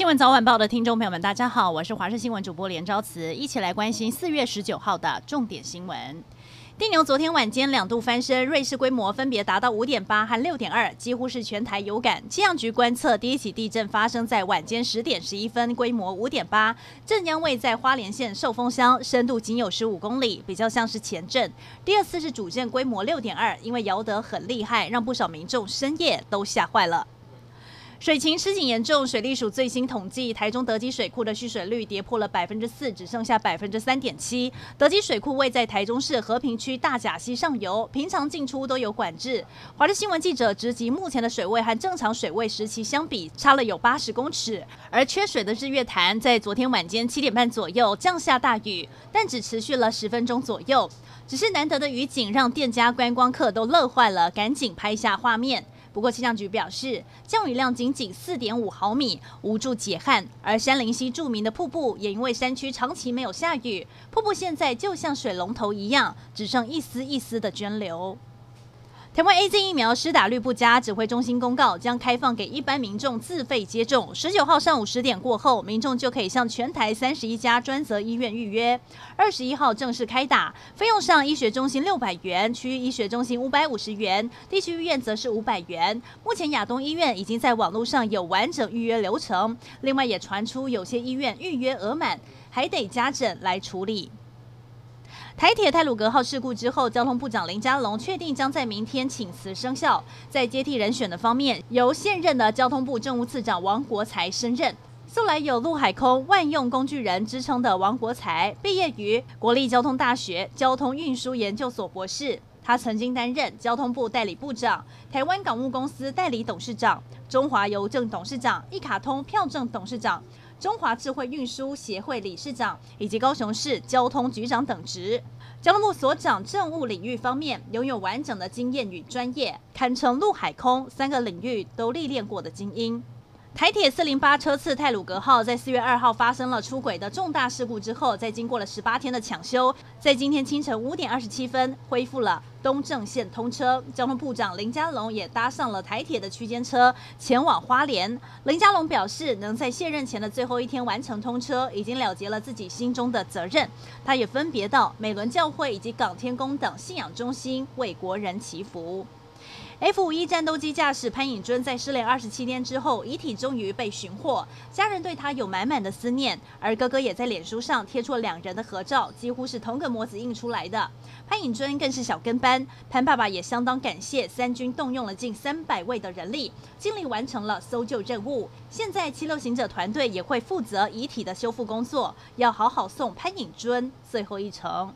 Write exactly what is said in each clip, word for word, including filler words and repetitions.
新闻早晚报的听众朋友们，大家好，我是华视新闻主播连昭慈，一起来关心四月十九号的重点新闻。地牛昨天晚间两度翻身，瑞士规模分别达到 五点八 和 六点二， 几乎是全台有感。气象局观测，第一起地震发生在晚间十点十一分，规模 五点八， 震央位在花莲县寿丰乡，深度仅有十五公里，比较像是前震。第二次是主震，规模 六点二， 因为摇得很厉害，让不少民众深夜都吓坏了。水情吃紧严重，水利署最新统计，台中德基水库的蓄水率跌破了百分之四，只剩下百分之三点七。德基水库位在台中市和平区大甲溪上游，平常进出都有管制。华视新闻记者直击目前的水位和正常水位时期相比，差了有八十公尺。而缺水的日月潭，在昨天晚间七点半左右降下大雨，但只持续了十分钟左右。只是难得的雨景，让店家观光客都乐坏了，赶紧拍下画面。不过气象局表示，降雨量仅仅 四点五毫米，无助解旱。而山林溪著名的瀑布，也因为山区长期没有下雨，瀑布现在就像水龙头一样，只剩一丝一丝的涓流。台湾 A Z 疫苗施打率不佳，指挥中心公告将开放给一般民众自费接种。十九号上午十点过后，民众就可以向全台三十一家专责医院预约。二十一号正式开打，费用上医学中心六百元，区域医学中心五百五十元，地区医院则是五百元。目前亚东医院已经在网络上有完整预约流程，另外也传出有些医院预约额满，还得加诊来处理。台铁太鲁阁号事故之后，交通部长林佳龙确定将在明天请辞生效。在接替人选的方面，由现任的交通部政务次长王国材升任。素来有陆海空万用工具人之称的王国材，毕业于国立交通大学交通运输研究所博士。他曾经担任交通部代理部长、台湾港务公司代理董事长、中华邮政董事长、一卡通票证董事长、中华智慧运输协会理事长以及高雄市交通局长等职。交通部所长政务领域方面，拥有完整的经验与专业，堪称陆海空三个领域都历练过的精英。台铁四零八车次太鲁阁号在四月二号发生了出轨的重大事故之后，在经过了十八天的抢修，在今天清晨五点二十七分恢复了东正线通车。交通部长林佳龙也搭上了台铁的区间车前往花莲。林佳龙表示，能在卸任前的最后一天完成通车，已经了结了自己心中的责任。他也分别到美伦教会以及港天宫等信仰中心为国人祈福。F 五十一战斗机驾驶潘颖尊在失联二十七天之后，遗体终于被寻获，家人对他有满满的思念，而哥哥也在脸书上贴出了两人的合照，几乎是同个模子印出来的。潘颖尊更是小跟班，潘爸爸也相当感谢三军动用了近三百位的人力，尽力完成了搜救任务。现在七六行者团队也会负责遗体的修复工作，要好好送潘颖尊最后一程。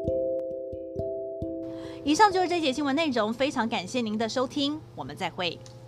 以上就是这节新闻内容，非常感谢您的收听，我们再会。